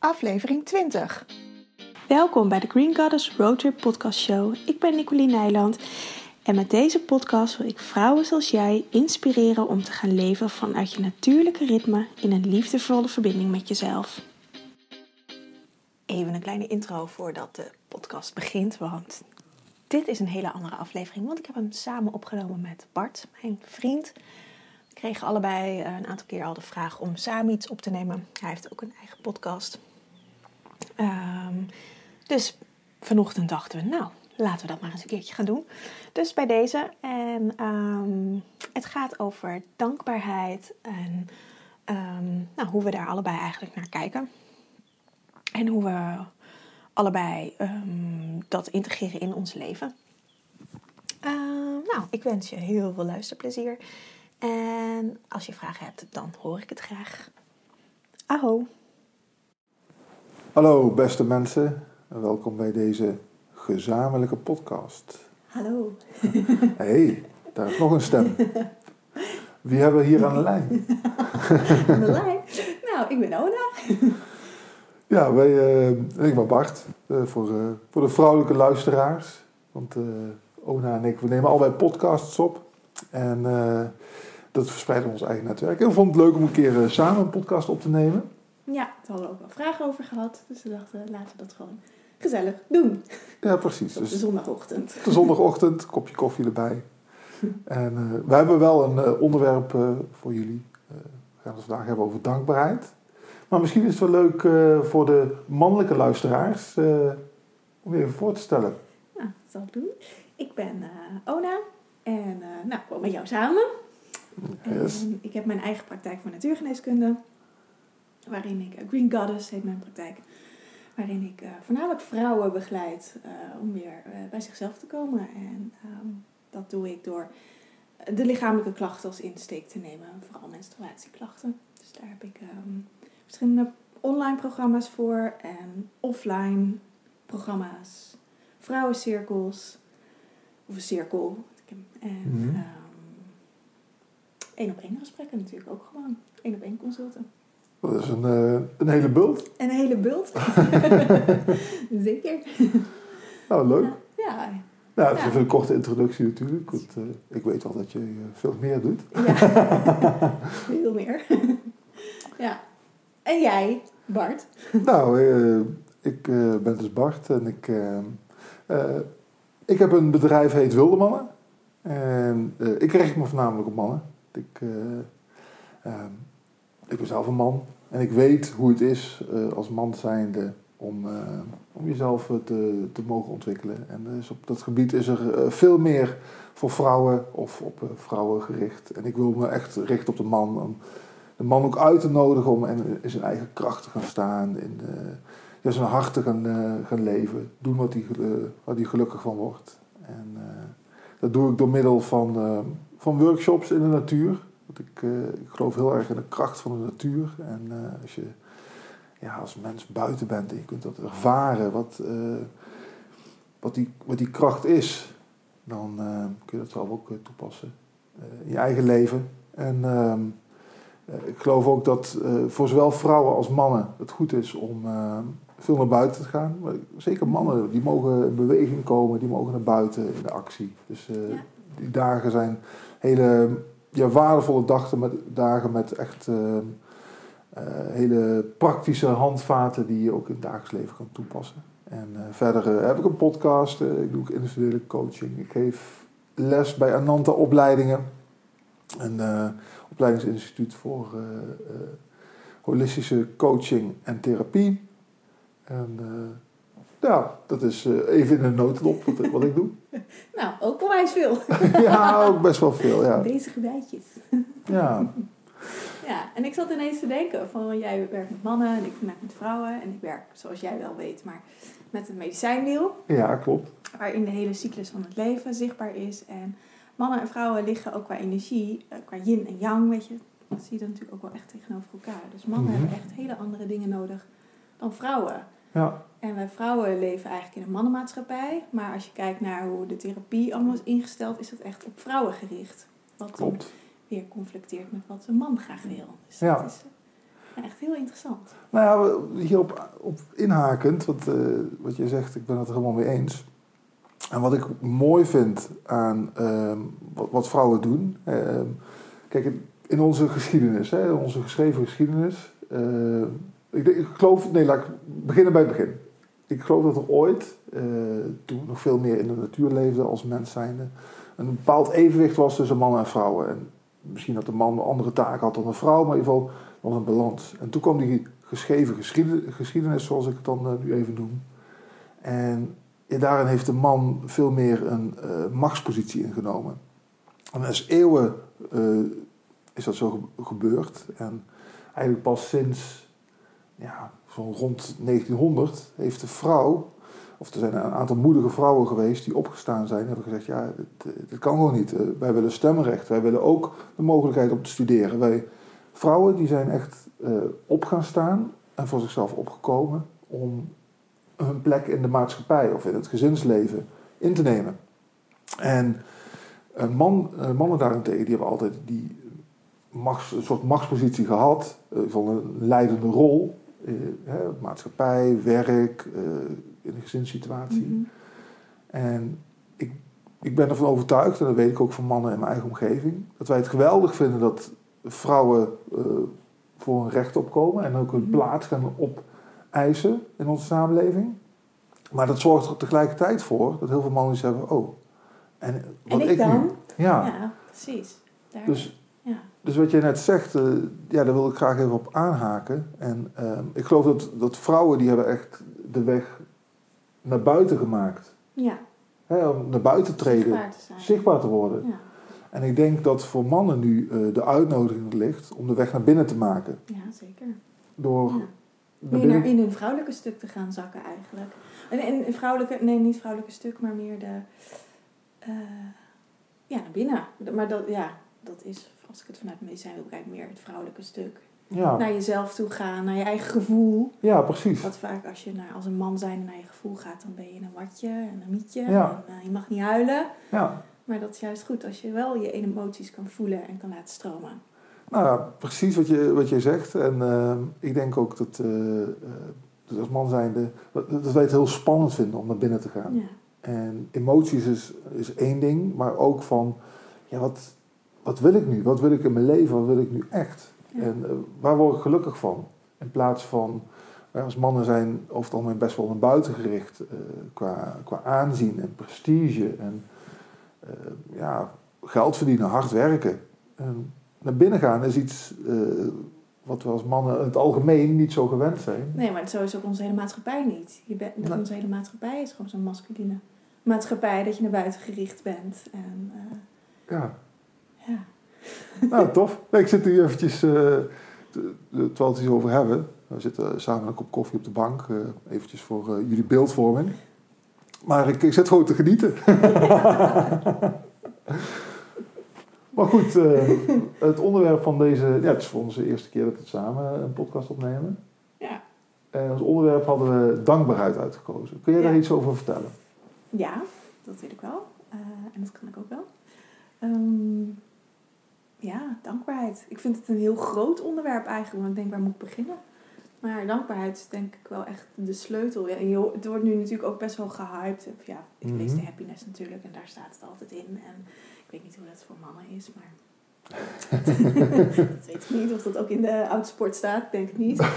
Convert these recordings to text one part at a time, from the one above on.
aflevering 20. Welkom bij de Green Goddess Roadtrip podcast show. Ik ben Nicoline Nijland en met deze podcast wil ik vrouwen zoals jij inspireren om te gaan leven vanuit je natuurlijke ritme in een liefdevolle verbinding met jezelf. Even een kleine intro voordat de podcast begint, want dit is een hele andere aflevering. Want ik heb hem samen opgenomen met Bart, mijn vriend. We kregen allebei een aantal keer al de vraag om samen iets op te nemen. Hij heeft ook een eigen podcast. Dus vanochtend dachten we, nou, laten we dat maar eens een keertje gaan doen. Dus bij deze. En het gaat over dankbaarheid en hoe we daar allebei eigenlijk naar kijken. En hoe we allebei dat integreren in ons leven. Ik wens je heel veel luisterplezier. En als je vragen hebt, dan hoor ik het graag. Aho! Hallo beste mensen en welkom bij deze gezamenlijke podcast. Hallo! Hey, daar is nog een stem. Wie hebben we hier aan de lijn? Aan de lijn? Nou, ik ben Ona. Ja, ik ben Bart. Voor de vrouwelijke luisteraars. Want Ona en ik, we nemen allebei podcasts op. En dat verspreiden we ons eigen netwerk. En we vonden het leuk om een keer samen een podcast op te nemen. Ja, daar hadden we ook wel vragen over gehad. Dus we dachten, laten we dat gewoon gezellig doen. Ja, precies. Op de zondagochtend. De zondagochtend, kopje koffie erbij. En we hebben wel een onderwerp voor jullie. We gaan het vandaag hebben over dankbaarheid. Maar misschien is het wel leuk voor de mannelijke luisteraars om je even voor te stellen. Nou, dat zal ik doen. Ik ben Ona en ik woon met jou samen. Yes. En ik heb mijn eigen praktijk voor natuurgeneeskunde. Waarin ik, Green Goddess heet mijn praktijk. Waarin ik voornamelijk vrouwen begeleid om weer bij zichzelf te komen. En dat doe ik door de lichamelijke klachten als insteek te nemen. Vooral menstruatieklachten. Dus daar heb ik verschillende online programma's voor. En offline programma's. Vrouwencirkels. Of een cirkel. En 1-op-1 gesprekken natuurlijk ook gewoon. 1-op-1 consulten. Dat is een hele bult. Een hele bult. Zeker. Nou, leuk. Ja. Nou, dat is even een korte introductie natuurlijk. Want, ik weet wel dat je veel meer doet. Ja, veel meer. Ja. En jij, Bart? Nou, ik ben dus Bart en ik heb een bedrijf heet Wilde Mannen. En ik richt me voornamelijk op mannen. Ik ben zelf een man en ik weet hoe het is als man zijnde om jezelf te mogen ontwikkelen. En dus op dat gebied is er veel meer voor vrouwen of op vrouwen gericht. En ik wil me echt richten op de man. Om de man ook uit te nodigen om in zijn eigen kracht te gaan staan. In zijn hart te gaan leven. Doen wat hij gelukkig van wordt. En dat doe ik door middel van workshops in de natuur. Want ik geloof heel erg in de kracht van de natuur. En als je als mens buiten bent en je kunt dat ervaren, wat die kracht is, dan kun je dat zelf ook toepassen in je eigen leven. En ik geloof ook dat voor zowel vrouwen als mannen het goed is om veel naar buiten te gaan. Maar zeker mannen, die mogen in beweging komen, die mogen naar buiten in de actie. Dus die dagen zijn hele waardevolle dagen met echt hele praktische handvaten die je ook in het dagelijks leven kan toepassen. En verder heb ik een podcast, ik doe ook individuele coaching. Ik geef les bij Ananta opleidingen. Een opleidingsinstituut voor holistische coaching en therapie. En dat is even in een notendop wat ik doe. Nou, ook onwijs veel. Ja, ook best wel veel, ja. Bezige bijtjes. Ja. Ja, en ik zat ineens te denken van jij werkt met mannen en ik vandaag met vrouwen. En ik werk, zoals jij wel weet, maar met een medicijnwiel. Ja, klopt. Waarin de hele cyclus van het leven zichtbaar is. En mannen en vrouwen liggen ook qua energie, qua yin en yang, weet je. Dat zie je dan natuurlijk ook wel echt tegenover elkaar. Dus mannen hebben echt hele andere dingen nodig dan vrouwen. Ja. En wij vrouwen leven eigenlijk in een mannenmaatschappij. Maar als je kijkt naar hoe de therapie allemaal is ingesteld, is dat echt op vrouwen gericht. Wat Klopt. weer conflicteert met wat een man graag wil. Dus Ja. dat is Ja, echt heel interessant. Nou ja, hierop inhakend, wat je zegt, ik ben het er helemaal mee eens. En wat ik mooi vind aan wat vrouwen doen. Kijk, in onze geschiedenis, onze geschreven geschiedenis. Ik geloof, laat ik beginnen bij het begin. Ik geloof dat er ooit, toen nog veel meer in de natuur leefde als mens zijnde, een bepaald evenwicht was tussen mannen en vrouwen. En misschien dat de man andere taken had dan de vrouw, maar in ieder geval was een balans. En toen kwam die geschreven geschiedenis, zoals ik het dan nu even noem. En daarin heeft de man veel meer een machtspositie ingenomen. En er is eeuwen is dat zo gebeurd. En eigenlijk pas sinds zo'n rond 1900 heeft de vrouw, of er zijn een aantal moedige vrouwen geweest die opgestaan zijn en hebben gezegd, ja, dit kan gewoon niet. Wij willen stemrecht, wij willen ook de mogelijkheid om te studeren. Wij vrouwen die zijn echt op gaan staan en voor zichzelf opgekomen om hun plek in de maatschappij of in het gezinsleven in te nemen. En mannen daarentegen, die hebben altijd een soort machtspositie gehad, van een leidende rol, maatschappij, werk, in een gezinssituatie. Mm-hmm. En ik ben ervan overtuigd, en dat weet ik ook van mannen in mijn eigen omgeving, dat wij het geweldig vinden dat vrouwen voor hun recht opkomen en ook hun plaats gaan opeisen in onze samenleving. Maar dat zorgt er tegelijkertijd voor dat heel veel mannen zeggen, en wat en ik dan? nu? Ja, precies. Dus wat jij net zegt, daar wil ik graag even op aanhaken. En ik geloof dat vrouwen die hebben echt de weg naar buiten gemaakt. Ja. Om naar buiten te treden, zichtbaar te worden. Ja. En ik denk dat voor mannen nu de uitnodiging ligt om de weg naar binnen te maken. Ja, zeker. Door meer in hun vrouwelijke stuk te gaan zakken eigenlijk. En vrouwelijke, nee, niet vrouwelijke stuk, maar meer naar binnen. Maar dat is, als ik het vanuit medicijn wil bekijken, meer het vrouwelijke stuk. Ja. Naar jezelf toe gaan, naar je eigen gevoel. Ja, precies. Wat vaak als je als een man zijn naar je gevoel gaat, dan ben je een watje en een mietje. Ja. En je mag niet huilen. Ja. Maar dat is juist goed als je wel je emoties kan voelen en kan laten stromen. Nou ja, precies wat je zegt. En ik denk ook dat als man zijnde, dat wij het heel spannend vinden om naar binnen te gaan. Ja. En emoties is één ding, maar ook van, wat wil ik nu? Wat wil ik in mijn leven? Wat wil ik nu echt? Ja. En waar word ik gelukkig van? In plaats van, als mannen zijn over het algemeen best wel naar buiten gericht, qua aanzien en prestige en geld verdienen, hard werken. En naar binnen gaan is iets wat we als mannen in het algemeen niet zo gewend zijn. Nee, maar zo is ook onze hele maatschappij niet. Onze hele maatschappij is gewoon zo'n masculine maatschappij, dat je naar buiten gericht bent. En, ja. Ja. Nou, tof. Ik zit hier eventjes, terwijl we het hier over hebben. We zitten samen een kop koffie op de bank, eventjes voor jullie beeldvorming. Maar ik zit gewoon te genieten. Maar goed, het onderwerp van deze... Ja, het is voor onze eerste keer dat we samen een podcast opnemen. Ja. En als onderwerp hadden we dankbaarheid uitgekozen. Kun jij daar iets over vertellen? Ja, dat weet ik wel. En dat kan ik ook wel. Dankbaarheid. Ik vind het een heel groot onderwerp eigenlijk. Want ik denk, waar moet ik beginnen? Maar dankbaarheid is denk ik wel echt de sleutel. Ja, het wordt nu natuurlijk ook best wel gehyped. Ja, ik lees de happiness natuurlijk en daar staat het altijd in. En ik weet niet hoe dat voor mannen is, maar... dat weet ik niet. Of dat ook in de autosport staat, denk ik niet.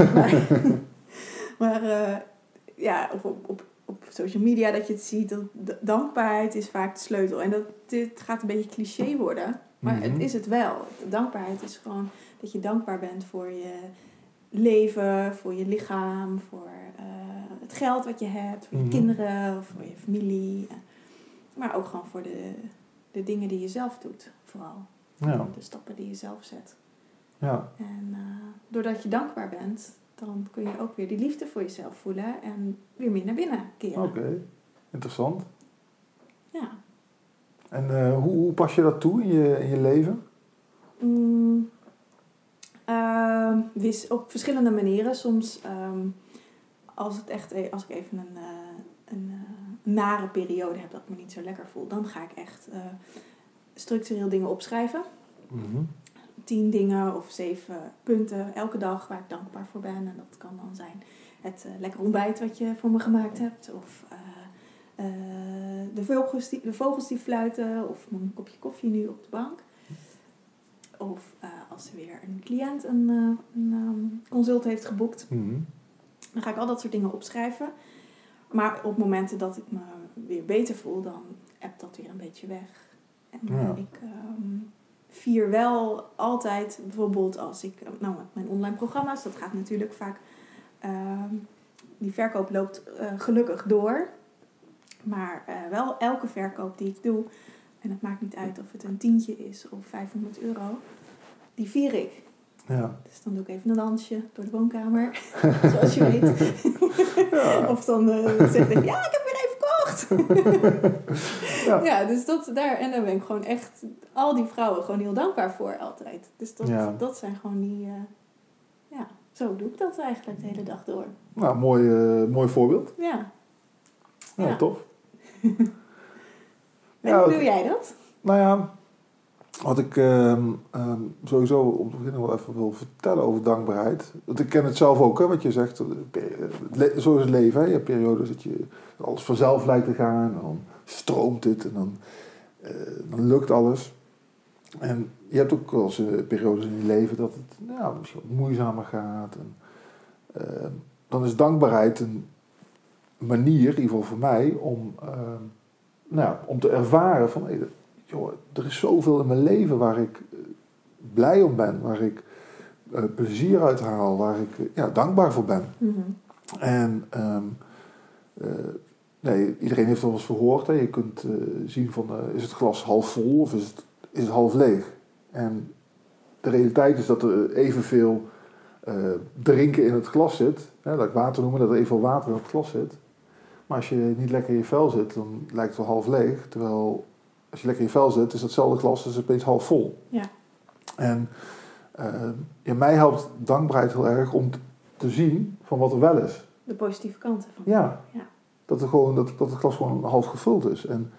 Maar op social media dat je het ziet. Dankbaarheid is vaak de sleutel. En dit gaat een beetje cliché worden. Maar het is het wel. Dankbaarheid is gewoon dat je dankbaar bent voor je leven, voor je lichaam, voor het geld wat je hebt, voor je kinderen, voor je familie. Maar ook gewoon voor de dingen die je zelf doet, vooral. Ja. De stappen die je zelf zet. Ja. En doordat je dankbaar bent, dan kun je ook weer die liefde voor jezelf voelen en weer meer naar binnen keren. Oké. Interessant. Ja. En hoe pas je dat toe in je leven? Op verschillende manieren. Soms als ik even een nare periode heb dat ik me niet zo lekker voel, dan ga ik echt structureel dingen opschrijven. 10 dingen of 7 punten elke dag waar ik dankbaar voor ben. En dat kan dan zijn het lekker ontbijt wat je voor me gemaakt hebt. Of de vogels die fluiten. Of mijn kopje koffie nu op de bank. Of als er weer een cliënt een consult heeft geboekt. Mhm. Dan ga ik al dat soort dingen opschrijven. Maar op momenten dat ik me weer beter voel, dan appt dat weer een beetje weg. En ik vier wel altijd, bijvoorbeeld als ik, met mijn online programma's, dat gaat natuurlijk vaak, die verkoop loopt gelukkig door. Maar wel elke verkoop die ik doe, en het maakt niet uit of het een tientje is of €500, die vier ik. Ja. Dus dan doe ik even een dansje door de woonkamer, zoals je weet. Ja. Of dan zeg ik, ja, ik heb weer even verkocht. Ja, dus en daar ben ik gewoon echt al die vrouwen gewoon heel dankbaar voor altijd. Dus dat zijn gewoon die, zo doe ik dat eigenlijk de hele dag door. Nou, mooi voorbeeld. Ja. Ja, tof. En hoe doe jij dat? Nou ja, wat ik sowieso om te beginnen wel even wil vertellen over dankbaarheid. Want ik ken het zelf ook, hè, wat je zegt. Zo is het leven. Hè. Je hebt periodes dat je alles vanzelf lijkt te gaan. En dan stroomt het en dan lukt alles. En je hebt ook wel eens periodes in je leven dat het misschien wat moeizamer gaat. En, dan is dankbaarheid een manier, in ieder geval voor mij, om te ervaren van... Joh, er is zoveel in mijn leven waar ik blij om ben, waar ik plezier uit haal, waar ik dankbaar voor ben. Mm-hmm. En iedereen heeft wel eens verhoord, hè, je kunt zien van is het glas half vol of is het half leeg? En de realiteit is dat er evenveel drinken in het glas zit, hè, dat ik water noem, dat er evenveel water in het glas zit. Maar als je niet lekker in je vel zit, dan lijkt het wel half leeg, terwijl... Als je lekker in je vel zit, is datzelfde glas dus opeens half vol. Ja. En mij helpt dankbaarheid heel erg om te zien van wat er wel is. De positieve kanten van. Ja. Dat het glas gewoon half gevuld is. En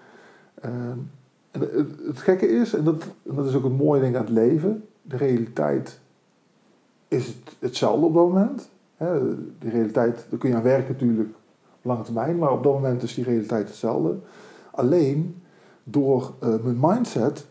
het gekke is, en dat is ook een mooie ding aan het leven, de realiteit is hetzelfde op dat moment. De realiteit, daar kun je aan werken natuurlijk op lange termijn, maar op dat moment is die realiteit hetzelfde. Alleen... Door mijn mindset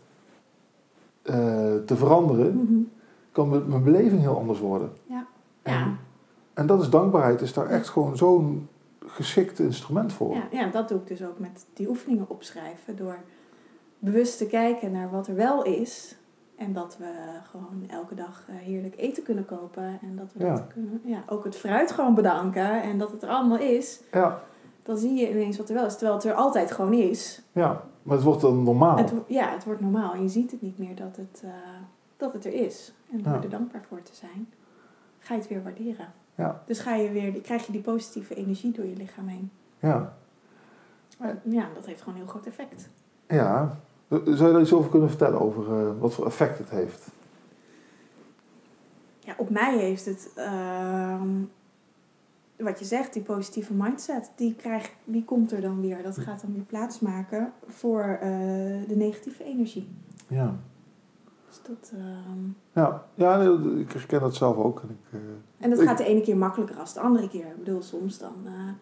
te veranderen, Mm-hmm. kan mijn beleving heel anders worden. Ja. En dat is dankbaarheid, is daar echt gewoon zo'n geschikt instrument voor. Ja, dat doe ik dus ook met die oefeningen opschrijven. Door bewust te kijken naar wat er wel is. En dat we gewoon elke dag heerlijk eten kunnen kopen. En dat we dat kunnen, ook het fruit gewoon bedanken. En dat het er allemaal is. Ja. Dan zie je ineens wat er wel is. Terwijl het er altijd gewoon is. Ja, maar het wordt dan normaal. Het wordt normaal. En je ziet het niet meer dat het er is. En door er dankbaar voor te zijn, ga je het weer waarderen. Ja. Dus krijg je die positieve energie door je lichaam heen. Ja. Ja, dat heeft gewoon een heel groot effect. Ja. Zou je daar iets over kunnen vertellen? Over wat voor effect het heeft? Ja, op mij heeft het... wat je zegt, die positieve mindset, die komt er dan weer. Dat gaat dan weer plaatsmaken voor de negatieve energie. Ja. Dus dat... Ik herken dat zelf ook. En dat gaat de ene keer makkelijker als de andere keer. Ik bedoel, soms dan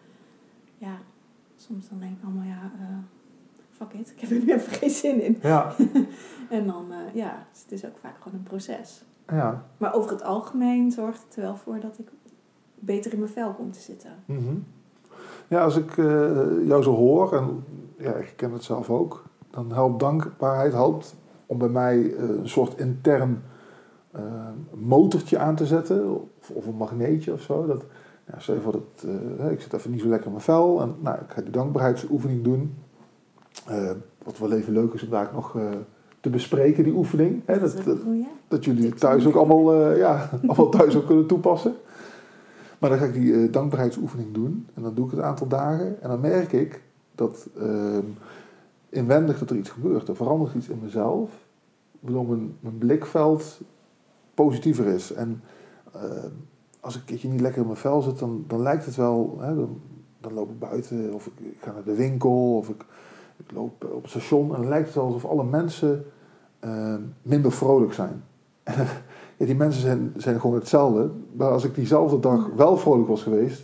denk ik allemaal, fuck it, ik heb er nu even geen zin in. Ja. En dan, dus het is ook vaak gewoon een proces. Ja. Maar over het algemeen zorgt het er wel voor dat ik beter in mijn vel kom te zitten. Mm-hmm. Ja, als ik jou zo hoor, en ik ken het zelf ook, dan helpt dankbaarheid om bij mij een soort intern motortje aan te zetten, of een magneetje of zo. Stel je voor dat ik zit even niet zo lekker in mijn vel, en ik ga die dankbaarheidsoefening doen. Wat wel even leuk is om daar nog te bespreken, die oefening. Dat jullie thuis ook allemaal thuis ook kunnen toepassen. Maar dan ga ik die dankbaarheidsoefening doen. En dan doe ik het een aantal dagen. En dan merk ik dat inwendig dat er iets gebeurt. Er verandert iets in mezelf. Waardoor mijn blikveld positiever is. En als ik een keertje niet lekker in mijn vel zit, dan lijkt het wel... Dan loop ik buiten of ik ga naar de winkel of ik loop op het station. En dan lijkt het wel alsof alle mensen minder vrolijk zijn. Ja, die mensen zijn gewoon hetzelfde. Maar als ik diezelfde dag wel vrolijk was geweest,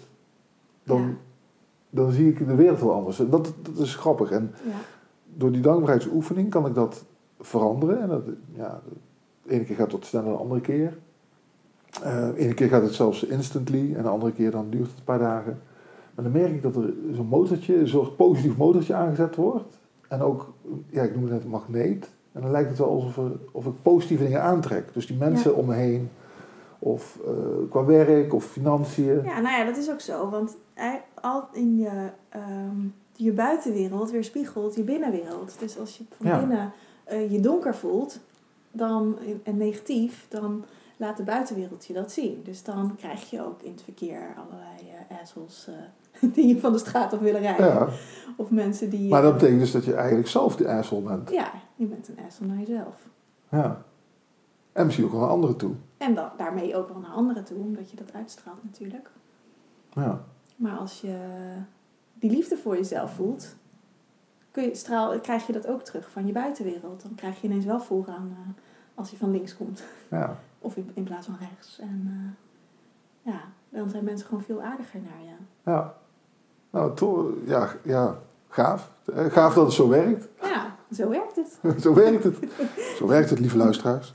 dan zie ik de wereld wel anders. Dat is grappig. En door die dankbaarheidsoefening kan ik dat veranderen. En de ene keer gaat het sneller dan de andere keer. De ene keer gaat het zelfs instantly en de andere keer dan duurt het een paar dagen. Maar dan merk ik dat er zo'n motortje, een soort positief motortje aangezet wordt. En ook, ik noem het net een magneet. En dan lijkt het wel alsof ik positieve dingen aantrek. Dus die mensen om me heen, of qua werk, of financiën. Ja, nou ja, dat is ook zo. Want al in je buitenwereld weerspiegelt je binnenwereld. Dus als je van binnen je donker voelt en negatief, dan laat de buitenwereld je dat zien. Dus dan krijg je ook in het verkeer allerlei assholes die je van de straat af willen rijden. Ja. Of mensen die... Maar dat betekent dus dat je eigenlijk zelf de asshole bent. Ja, je bent een asshole naar jezelf. Ja. En misschien ook wel naar anderen toe. En daarmee ook wel naar anderen toe, omdat je dat uitstraalt natuurlijk. Ja. Maar als je die liefde voor jezelf voelt, krijg je dat ook terug van je buitenwereld. Dan krijg je ineens wel voorrang als je van links komt. Ja. Of in plaats van rechts. En dan zijn mensen gewoon veel aardiger naar je. Ja. Nou, toch, ja, gaaf. Gaaf dat het zo werkt. Ja, zo werkt het. Zo werkt het. Zo werkt het, lieve luisteraars.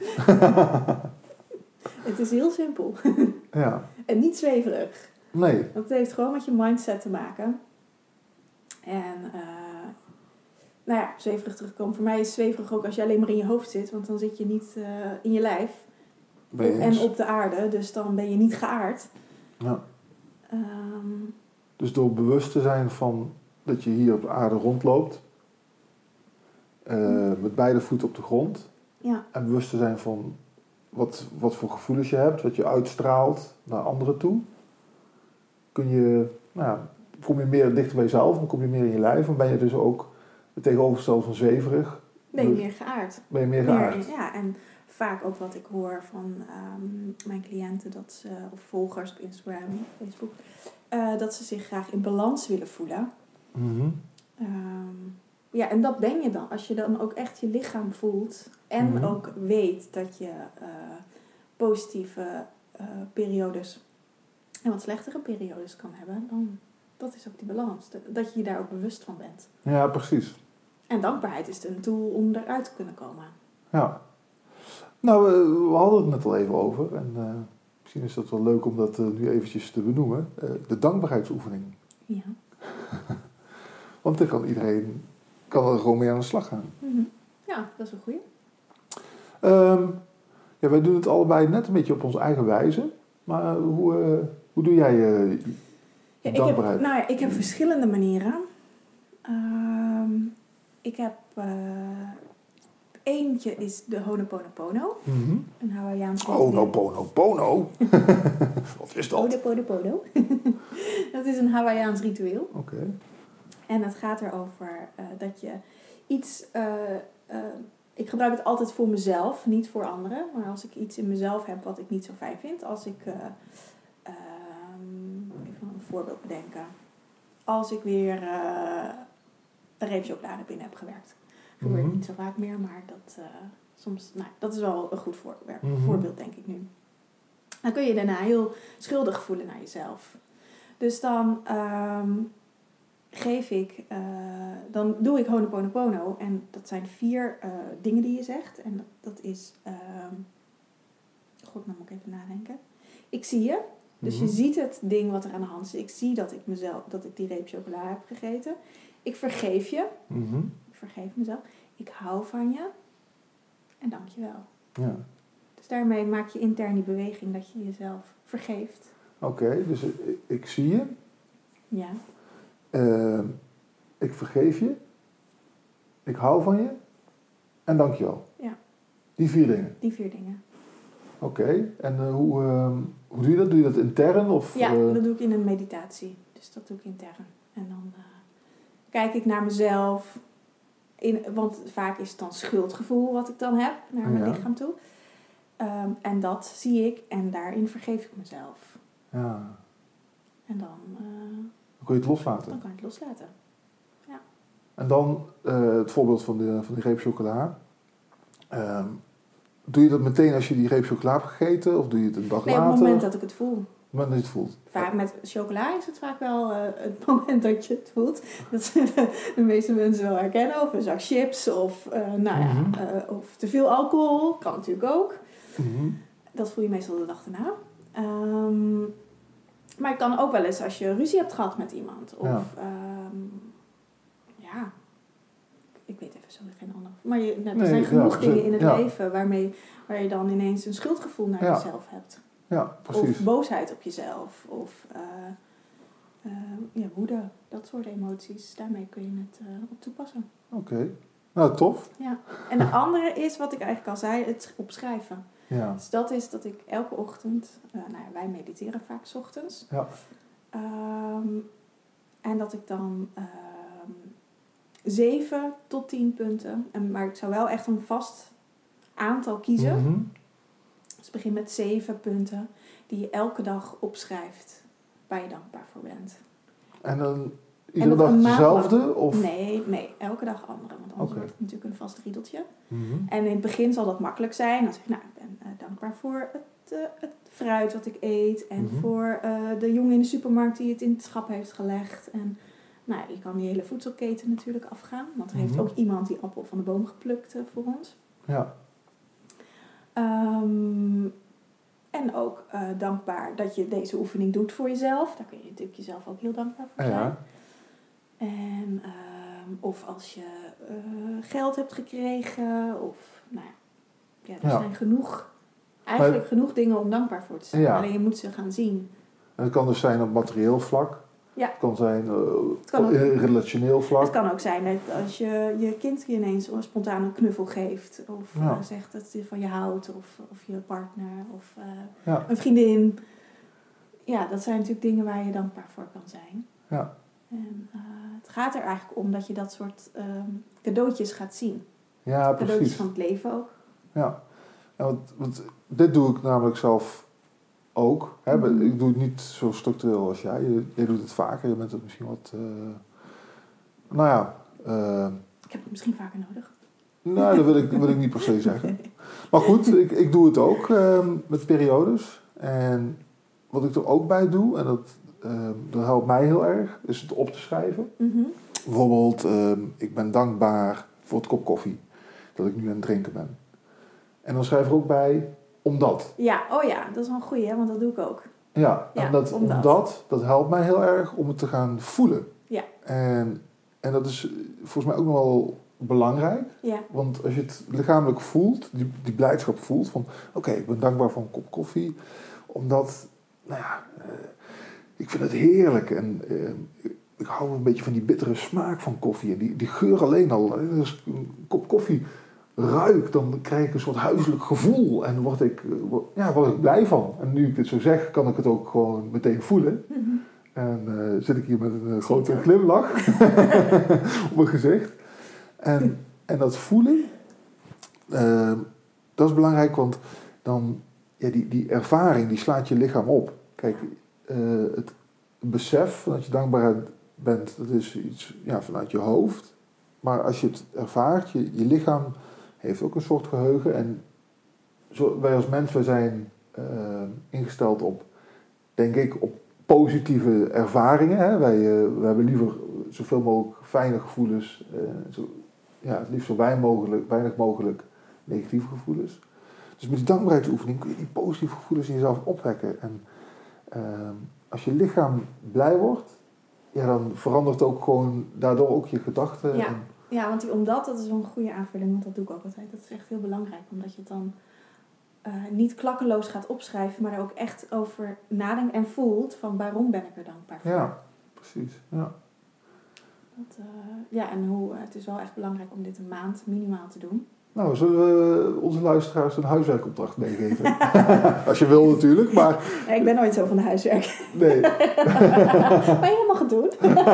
Het is heel simpel. Ja. En niet zweverig. Nee. Want het heeft gewoon met je mindset te maken. En, zweverig terugkomen. Voor mij is zweverig ook als je alleen maar in je hoofd zit. Want dan zit je niet in je lijf. En op de aarde. Dus dan ben je niet geaard. Ja. Dus door bewust te zijn van dat je hier op de aarde rondloopt. Met beide voeten op de grond. Ja. En bewust te zijn van wat voor gevoelens je hebt. Wat je uitstraalt naar anderen toe. Kom je meer dichter bij jezelf. Dan kom je meer in je lijf. Dan ben je dus ook het tegenovergestelde van zweverig. Ben je meer geaard. Ben je meer geaard. Ja, en vaak ook wat ik hoor van mijn cliënten of volgers op Instagram, Facebook, dat ze zich graag in balans willen voelen. Mm-hmm. En dat ben je dan. Als je dan ook echt je lichaam voelt en ook weet dat je positieve periodes en wat slechtere periodes kan hebben, dan dat is ook die balans. Dat je je daar ook bewust van bent. Ja, precies. En dankbaarheid is een tool om eruit te kunnen komen. Ja. Nou, we hadden het net al even over. En misschien is dat wel leuk om dat nu eventjes te benoemen. De dankbaarheidsoefening. Ja. Want dan kan iedereen er gewoon mee aan de slag gaan. Mm-hmm. Ja, dat is een goeie. Wij doen het allebei net een beetje op onze eigen wijze. Maar hoe doe jij dankbaarheid? Ik heb verschillende manieren. Ik heb... eentje is de Ho'oponopono. Mm-hmm. Een Hawaiiaans Ho'oponopono? Wat is dat? Ho'oponopono. Dat is een Hawaiiaans ritueel. Oké. En het gaat erover dat je iets... ik gebruik het altijd voor mezelf, niet voor anderen. Maar als ik iets in mezelf heb wat ik niet zo fijn vind. Als ik... even een voorbeeld bedenken. Als ik weer een reep chocolade binnen heb gewerkt. Dat gebeurt niet zo vaak meer, maar dat is wel een goed voorbeeld, denk ik nu. Dan kun je daarna heel schuldig voelen naar jezelf. Dus dan dan doe ik Ho'oponopono. En dat zijn 4 dingen die je zegt. En dat is... nou moet ik even nadenken. Ik zie je. Dus je ziet het ding wat er aan de hand is. Ik zie dat ik die reep chocola heb gegeten. Ik vergeef je. Mm-hmm. Ik vergeef mezelf. Ik hou van je. En dank je wel. Ja. Dus daarmee maak je intern die beweging dat je jezelf vergeeft. Oké, dus ik zie je. Ja. Ik vergeef je. Ik hou van je. En dank je wel. Ja. Die 4 dingen. Die 4 dingen. Oké. En hoe doe je dat? Doe je dat intern? Of, Ja, dat doe ik in een meditatie. Dus dat doe ik intern. En dan kijk ik naar mezelf. Want vaak is het dan schuldgevoel wat ik dan heb naar mijn lichaam toe. En dat zie ik en daarin vergeef ik mezelf. Ja. En dan kun je het loslaten. Dan kan ik het loslaten. Ja. En dan het voorbeeld van die reep chocola. doe je dat meteen als je die reep chocola hebt gegeten? Of doe je het een dag Nee, later? op het moment dat ik het voel. Op het moment dat je het voelt. Vaak met chocola is het vaak wel het moment dat je het voelt. Dat de meeste mensen wel herkennen. Of een zak chips of, of te veel alcohol. Kan natuurlijk ook. Mm-hmm. Dat voel je meestal de dag daarna. Maar het kan ook wel eens als je ruzie hebt gehad met iemand. Of ik weet even zo geen andere. Maar er zijn genoeg dingen in het leven waar je dan ineens een schuldgevoel naar jezelf hebt. Ja, precies. Of boosheid op jezelf. Of woede. Dat soort emoties. Daarmee kun je het op toepassen. Oké. Nou, tof. Ja. En de andere is, wat ik eigenlijk al zei, het opschrijven. Ja. Dus dat is dat ik elke ochtend... wij mediteren vaak 's ochtends. Ja. En dat ik dan 7 tot 10 punten... Maar ik zou wel echt een vast aantal kiezen. Mm-hmm. Dus begin met 7 punten die je elke dag opschrijft waar je dankbaar voor bent. En dan iedere dag dezelfde? Of? Nee, elke dag andere. Want anders wordt het natuurlijk een vast riedeltje. Mm-hmm. En in het begin zal dat makkelijk zijn. Dan zeg ik, ik ben dankbaar voor het fruit wat ik eet. En voor de jongen in de supermarkt die het in het schap heeft gelegd. En je kan die hele voedselketen natuurlijk afgaan. Want er heeft ook iemand die appel van de boom geplukt voor ons. Ja. En ook dankbaar dat je deze oefening doet voor jezelf. Daar kun je natuurlijk jezelf ook heel dankbaar voor zijn. Ja. En of als je geld hebt gekregen. Of zijn genoeg dingen om dankbaar voor te zijn. Ja. Alleen je moet ze gaan zien. En het kan dus zijn op materieel vlak. Ja. Het kan zijn op relationeel vlak. Het kan ook zijn dat als je kind je ineens spontaan een knuffel geeft. Of zegt dat hij van je houdt. Of je partner. Of een vriendin. Ja, dat zijn natuurlijk dingen waar je dankbaar voor kan zijn. Ja. En het gaat er eigenlijk om dat je dat soort cadeautjes gaat zien. Ja, precies. Cadeautjes van het leven ook. Ja. Want dit doe ik namelijk zelf ook. Hè? Mm-hmm. Ik doe het niet zo structureel als jij. Jij doet het vaker. Je bent het misschien wat... ik heb het misschien vaker nodig. Nou, dat wil ik niet per se zeggen. Maar goed, ik doe het ook met periodes. En wat ik er ook bij doe, en dat helpt mij heel erg, is het op te schrijven. Mm-hmm. Bijvoorbeeld, ik ben dankbaar voor het kop koffie dat ik nu aan het drinken ben. En dan schrijf ik er ook bij, omdat. Ja, dat is wel een goeie, hè? Want dat doe ik ook. Ja, en dat helpt mij heel erg om het te gaan voelen. Ja. En dat is volgens mij ook nog wel belangrijk. Ja. Want als je het lichamelijk voelt, die blijdschap voelt van... Oké, ik ben dankbaar voor een kop koffie. Omdat, ik vind het heerlijk. En ik hou een beetje van die bittere smaak van koffie. En die geur alleen al. Als ik een kop koffie ruik, dan krijg ik een soort huiselijk gevoel. En word ik blij van. En nu ik dit zo zeg, kan ik het ook gewoon meteen voelen. Mm-hmm. En zit ik hier met een grote glimlach op mijn gezicht. En dat voelen, dat is belangrijk, want dan, die ervaring, die slaat je lichaam op. Kijk, het besef dat je dankbaar bent, dat is iets vanuit je hoofd. Maar als je het ervaart, je lichaam heeft ook een soort geheugen. En wij als mensen zijn ingesteld op, denk ik, op positieve ervaringen. Hè? Wij hebben liever zoveel mogelijk fijne gevoelens. Het liefst zo weinig mogelijk negatieve gevoelens. Dus met die dankbaarheidsoefening kun je die positieve gevoelens in jezelf opwekken. En als je lichaam blij wordt, dan verandert ook gewoon daardoor ook je gedachten. Ja, want dat is wel een goede aanvulling, want dat doe ik ook altijd. Dat is echt heel belangrijk, omdat je het dan niet klakkeloos gaat opschrijven, maar er ook echt over nadenkt en voelt van waarom ben ik er dankbaar voor. Ja, precies. Ja. Het is wel echt belangrijk om dit een maand minimaal te doen. Nou, zullen we onze luisteraars een huiswerkopdracht meegeven? Als je wil natuurlijk, maar... Ja, ik ben nooit zo van de huiswerk. Nee. Maar je mag het doen.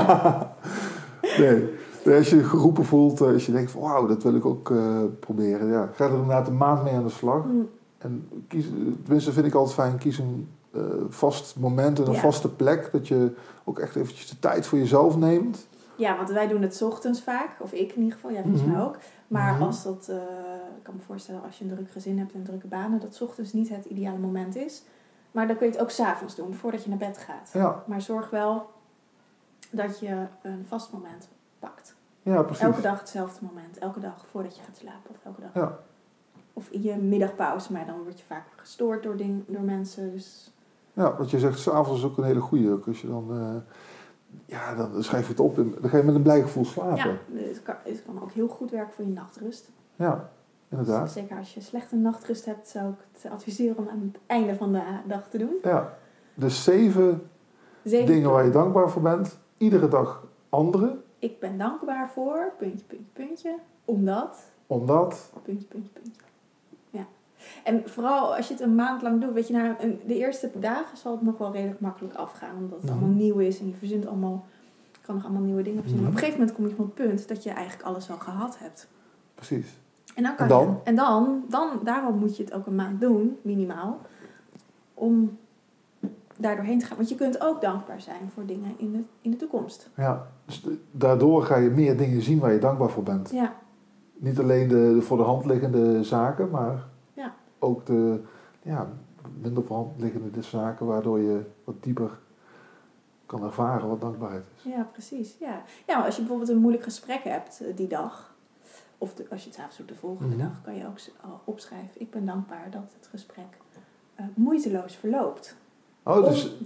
Nee. Als je geroepen voelt, als je denkt van wauw, dat wil ik ook proberen. Ga er inderdaad een maand mee aan de slag. En tenminste vind ik altijd fijn, kies een vast moment en een vaste plek. Dat je ook echt eventjes de tijd voor jezelf neemt. Ja, want wij doen het 's ochtends vaak. Of ik in ieder geval, jij volgens mij ook. Maar als dat ik kan me voorstellen als je een druk gezin hebt en drukke banen, dat 's ochtends niet het ideale moment is. Maar dan kun je het ook 's avonds doen, voordat je naar bed gaat. Ja. Maar zorg wel dat je een vast moment pakt. Ja, precies. Elke dag hetzelfde moment. Elke dag voordat je gaat slapen. Of elke dag. Ja. Of in je middagpauze. Maar dan word je vaak gestoord door mensen. Dus Ja, wat je zegt, 's avonds is ook een hele goeie. Ook als je dan... dan schrijf je het op en dan ga je met een blij gevoel slapen. ja, het kan ook heel goed werken voor je nachtrust. Ja, inderdaad. Dus zeker als je slechte nachtrust hebt, zou ik het adviseren om aan het einde van de dag te doen. Ja, dus 7 dingen waar je dankbaar voor bent. Iedere dag andere. Ik ben dankbaar voor, puntje, omdat, puntje. Ja. En vooral als je het een maand lang doet, weet je, na de eerste dagen zal het nog wel redelijk makkelijk afgaan. Omdat het allemaal nieuw is en je verzint allemaal, kan nog allemaal nieuwe dingen verzinnen. Maar op een gegeven moment kom je op het punt dat je eigenlijk alles al gehad hebt. Precies. En dan kan je, en dan, daarom moet je het ook een maand doen, minimaal, om daar doorheen te gaan. Want je kunt ook dankbaar zijn voor dingen in de toekomst. Ja, dus daardoor ga je meer dingen zien waar je dankbaar voor bent. Ja. Niet alleen de voor de hand liggende zaken, maar ook de minder voor de hand liggende zaken waardoor je wat dieper kan ervaren wat dankbaarheid is. Ja, precies. Ja, maar als je bijvoorbeeld een moeilijk gesprek hebt die dag, of als je het 's avonds doet de volgende dag, kan je ook opschrijven. Ik ben dankbaar dat het gesprek moeiteloos verloopt. Oh, dus...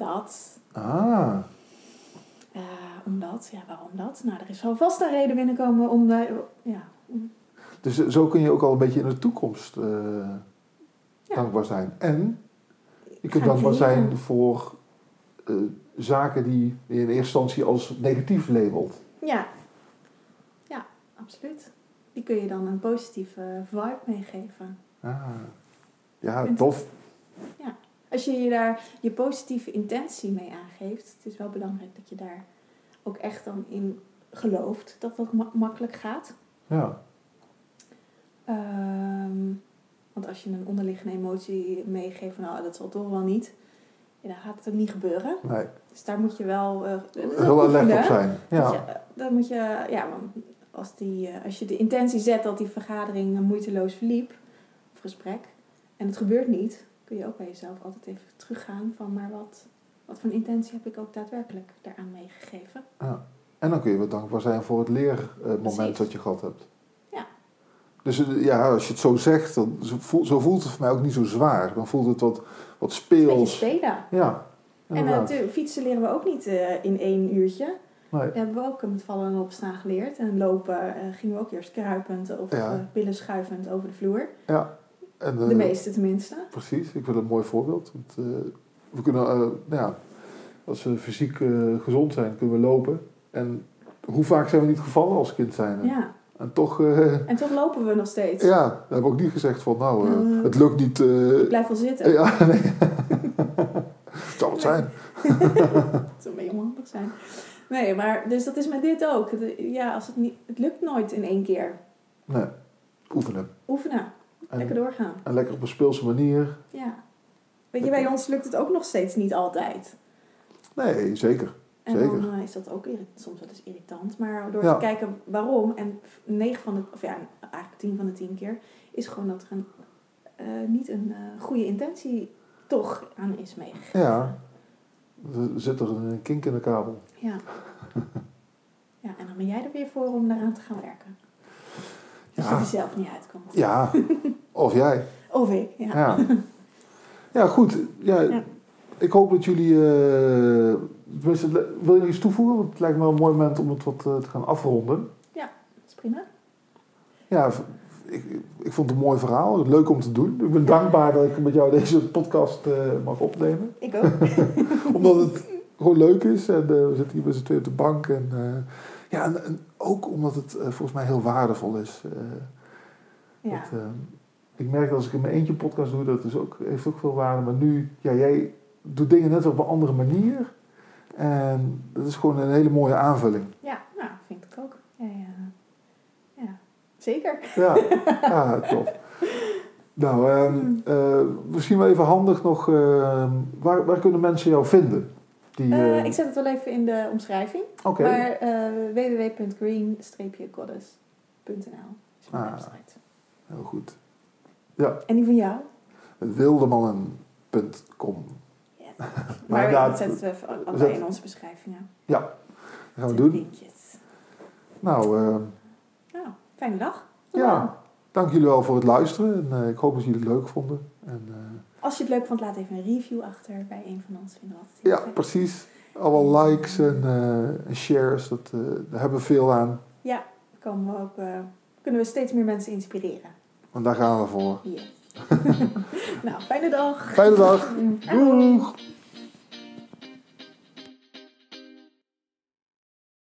Omdat, waarom dat? Nou, er is wel vast een reden binnenkomen om daar... Ja. Dus zo kun je ook al een beetje in de toekomst dankbaar zijn. En je kunt dankbaar zijn voor zaken die je in eerste instantie als negatief labelt. Ja, absoluut. Die kun je dan een positieve vibe meegeven. Ja, tof. Ja. Als je daar je positieve intentie mee aangeeft, het is wel belangrijk dat je daar ook echt dan in gelooft dat dat makkelijk gaat. Ja. Want als je een onderliggende emotie meegeeft van dat zal toch wel niet, dan gaat het ook niet gebeuren. Nee. Dus daar moet je wel heel alert op zijn. Ja. Dan moet je, want als je de intentie zet dat die vergadering moeiteloos verliep, of gesprek, en het gebeurt niet, kun je ook bij jezelf altijd even teruggaan van, maar wat voor een intentie heb ik ook daadwerkelijk daaraan meegegeven. Ja. En dan kun je wel dankbaar zijn voor het leermoment dat je gehad hebt. Ja. Dus als je het zo zegt, dan zo voelt het voor mij ook niet zo zwaar. Dan voelt het wat speels. Een beetje spelen. Ja. En natuurlijk, fietsen leren we ook niet in 1 uurtje. Nee. Dat hebben we ook met vallen en opstaan geleerd. En lopen gingen we ook eerst kruipend of billen schuivend over de vloer. Ja. En, de meeste tenminste. Precies, ik vind het een mooi voorbeeld. Want, we kunnen, als we fysiek gezond zijn, kunnen we lopen. En hoe vaak zijn we niet gevallen als kind zijn? Ja. En toch lopen we nog steeds. Ja, we hebben ook niet gezegd van het lukt niet. Ik blijf wel zitten. Ja, nee. Het zal het zijn. Het zou een beetje onhandig zijn. Nee, maar dus dat is met dit ook. Het lukt nooit in 1 keer. Nee, oefenen. Lekker doorgaan. En lekker op een speelse manier. Ja. Weet je, bij ons lukt het ook nog steeds niet altijd. Nee, zeker. En dan is dat ook soms wel eens irritant. Maar door te kijken waarom, en 10 van de 10 keer, is gewoon dat er niet een goede intentie toch aan is meegegeven. Ja, er zit er een kink in de kabel. Ja. Ja, en dan ben jij er weer voor om daaraan te gaan werken. Als je er zelf niet uitkomt. Ja, of jij. Of ik, ja. Ja, goed. Ja. Ik hoop dat jullie... wil je iets toevoegen? Want het lijkt me wel een mooi moment om het wat te gaan afronden. Ja, dat is prima. Ja, ik vond het een mooi verhaal. Leuk om te doen. Ik ben dankbaar dat ik met jou deze podcast mag opnemen. Ik ook. Omdat het gewoon leuk is. En we zitten hier met z'n tweeën op de bank. En ook omdat het volgens mij heel waardevol is. Ik merk dat als ik in mijn eentje een podcast doe, dat heeft ook veel waarde. Maar nu, jij doet dingen net op een andere manier. En dat is gewoon een hele mooie aanvulling. Ja, vind ik ook. Ja. Zeker. Ja, tof. Nou, misschien wel even handig nog. Waar kunnen mensen jou vinden? Ik zet het wel even in de omschrijving. Okay. Maar www.green-goddess.nl is mijn website. Heel goed. Ja. En die van jou? Wildemannen.com. Yes. Maar Maar inderdaad, dat zetten we allebei in onze beschrijvingen. Ja, dat gaan we Zet doen. linkjes. Nou, Nou, fijne dag. ja. Dank jullie wel voor het luisteren. En ik hoop dat jullie het leuk vonden. En, Als je het leuk vond, laat even een review achter bij een van ons. Vinden we altijd heel ja, fijn. precies. Allemaal likes en shares. Daar hebben we veel aan. Ja, kunnen we steeds meer mensen inspireren. En daar gaan we voor. Yes. Nou, fijne dag. Fijne dag. Doeg!